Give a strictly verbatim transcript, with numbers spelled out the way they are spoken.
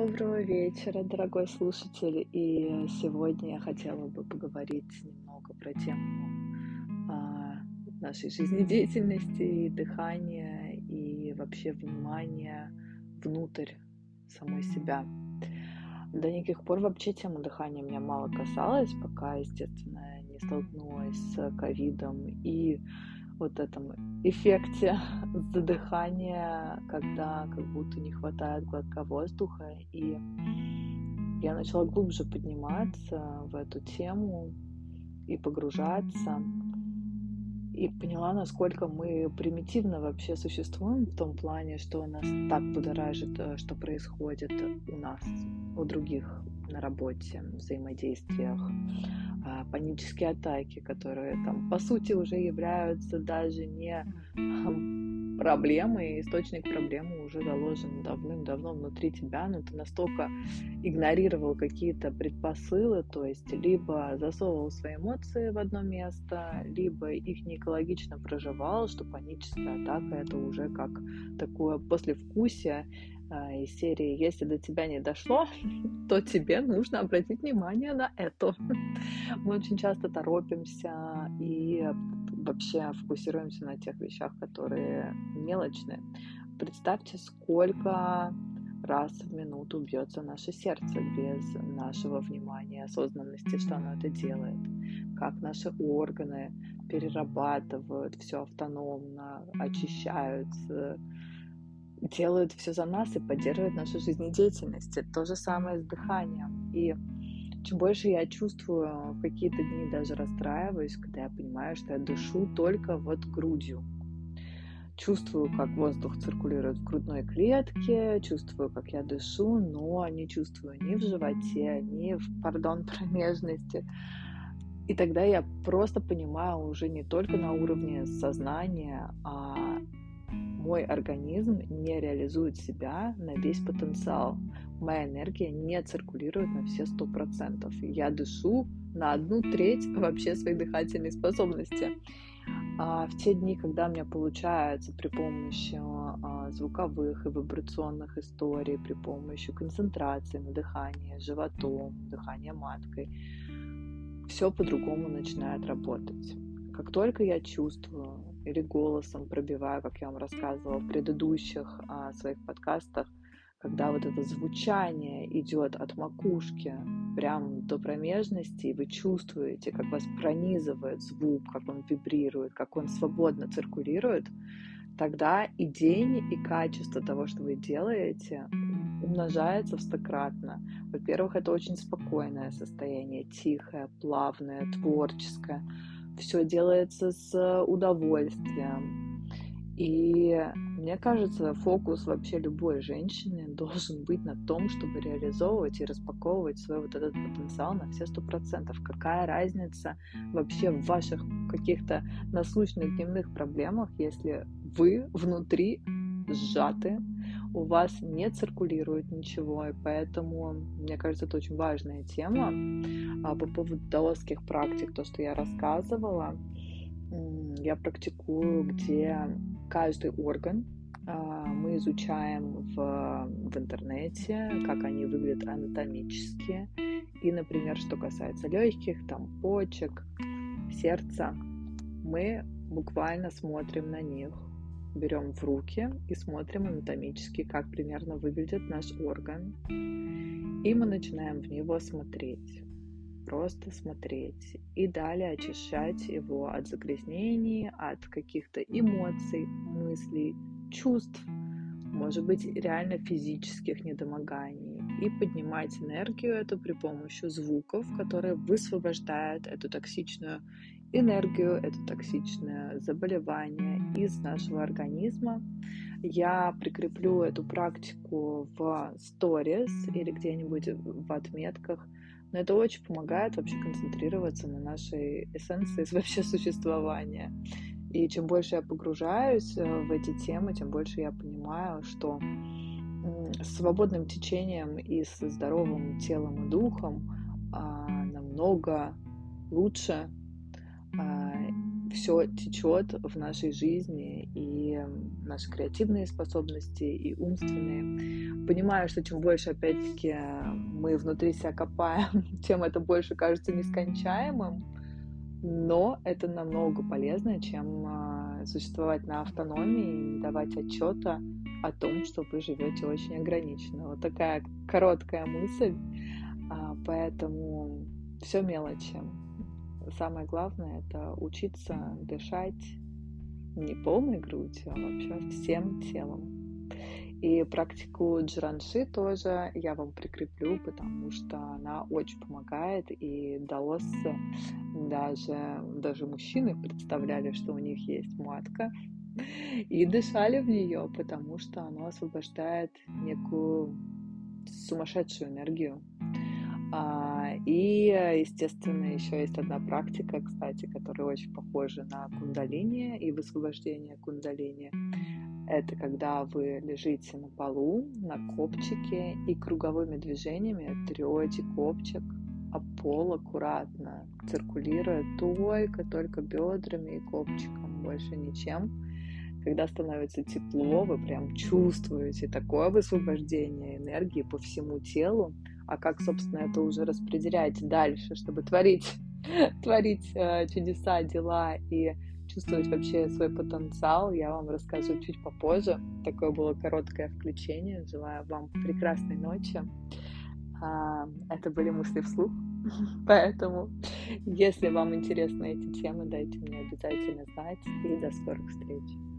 Доброго вечера, дорогой слушатель. И сегодня я хотела бы поговорить немного про тему а, нашей жизнедеятельности, и дыхания и вообще внимания внутрь самой себя. До неких пор вообще тема дыхания меня мало касалась, пока, естественно, не столкнулась с ковидом и вот этом эффекте задыхания, когда как будто не хватает глотка воздуха. И я начала глубже подниматься в эту тему и погружаться, и поняла, насколько мы примитивно вообще существуем в том плане, что нас так будоражит, э, что происходит у нас, у других на работе, в взаимодействиях, а, панические атаки, которые там, по сути, уже являются даже не ам, проблемой, источник проблемы уже заложен давным-давно внутри тебя, но ты настолько игнорировал какие-то предпосылы, то есть либо засовывал свои эмоции в одно место, либо их не экологично проживал, что паническая атака — это уже как такое послевкусие а, из серии «Если до тебя не дошло, то тебе нужно обратить внимание на это». Мы очень часто торопимся и вообще фокусируемся на тех вещах, которые мелочные. Представьте, сколько раз в минуту бьется наше сердце без нашего внимания, осознанности, что оно это делает, как наши органы перерабатывают все автономно, очищаются, делают все за нас и поддерживают нашу жизнедеятельность. Это то же самое с дыханием. И чем больше я чувствую, в какие-то дни даже расстраиваюсь, когда я понимаю, что я дышу только вот грудью. Чувствую, как воздух циркулирует в грудной клетке, чувствую, как я дышу, но не чувствую ни в животе, ни в, пардон, промежности. И тогда я просто понимаю уже не только на уровне сознания, а мой организм не реализует себя на весь потенциал. Моя энергия не циркулирует на все сто процентов. Я дышу на одну треть вообще своей дыхательной способности. А в те дни, когда у меня получается при помощи а, звуковых и вибрационных историй, при помощи концентрации на дыхании животом, дыхания маткой, все по-другому начинает работать. Как только я чувствую или голосом пробиваю, как я вам рассказывала в предыдущих а, своих подкастах, когда вот это звучание идет от макушки прямо до промежности, и вы чувствуете, как вас пронизывает звук, как он вибрирует, как он свободно циркулирует, тогда и день, и качество того, что вы делаете, умножается в стократно. Во-первых, это очень спокойное состояние, тихое, плавное, творческое. Все делается с удовольствием. И мне кажется, фокус вообще любой женщины должен быть на том, чтобы реализовывать и распаковывать свой вот этот потенциал на все сто процентов. Какая разница вообще в ваших каких-то насущных дневных проблемах, если вы внутри сжаты, у вас не циркулирует ничего, и поэтому, мне кажется, это очень важная тема. А по поводу даосских практик, то, что я рассказывала, я практикую, где каждый орган а, мы изучаем в, в интернете, как они выглядят анатомически. И, например, что касается легких, там, почек, сердца, мы буквально смотрим на них, берем в руки и смотрим анатомически, как примерно выглядит наш орган. И мы начинаем в него смотреть. Просто смотреть и далее очищать его от загрязнений, от каких-то эмоций, мыслей, чувств, может быть, реально физических недомоганий, и поднимать энергию эту при помощи звуков, которые высвобождают эту токсичную энергию, это токсичное заболевание из нашего организма. Я прикреплю эту практику в сторис или где-нибудь в отметках. Но это очень помогает вообще концентрироваться на нашей эссенции вообще существования. И чем больше я погружаюсь в эти темы, тем больше я понимаю, что с свободным течением и с здоровым телом и духом намного лучше все течет в нашей жизни, и наши креативные способности, и умственные. Понимаю, что чем больше, опять-таки, мы внутри себя копаем, тем это больше кажется нескончаемым, но это намного полезнее, чем а, существовать на автономии и не давать отчета о том, что вы живете очень ограниченно. Вот такая короткая мысль, а, поэтому все мелочи. Самое главное — это учиться дышать не полной грудью, а вообще всем телом. И практику джранши тоже я вам прикреплю, потому что она очень помогает. И даоссы, даже, даже мужчины представляли, что у них есть матка, и дышали в нее, потому что она освобождает некую сумасшедшую энергию. И, естественно, еще есть одна практика, кстати, которая очень похожа на кундалини и высвобождение кундалини. Это когда вы лежите на полу, на копчике, и круговыми движениями трете копчик об пол аккуратно, циркулируя только-только бедрами и копчиком, больше ничем. Когда становится тепло, вы прям чувствуете такое высвобождение энергии по всему телу. А как, собственно, это уже распределять дальше, чтобы творить, творить э, чудеса, дела и чувствовать вообще свой потенциал, я вам расскажу чуть попозже. Такое было короткое включение. Желаю вам прекрасной ночи. А, это были мысли вслух. Поэтому, если вам интересны эти темы, дайте мне обязательно знать. И до скорых встреч.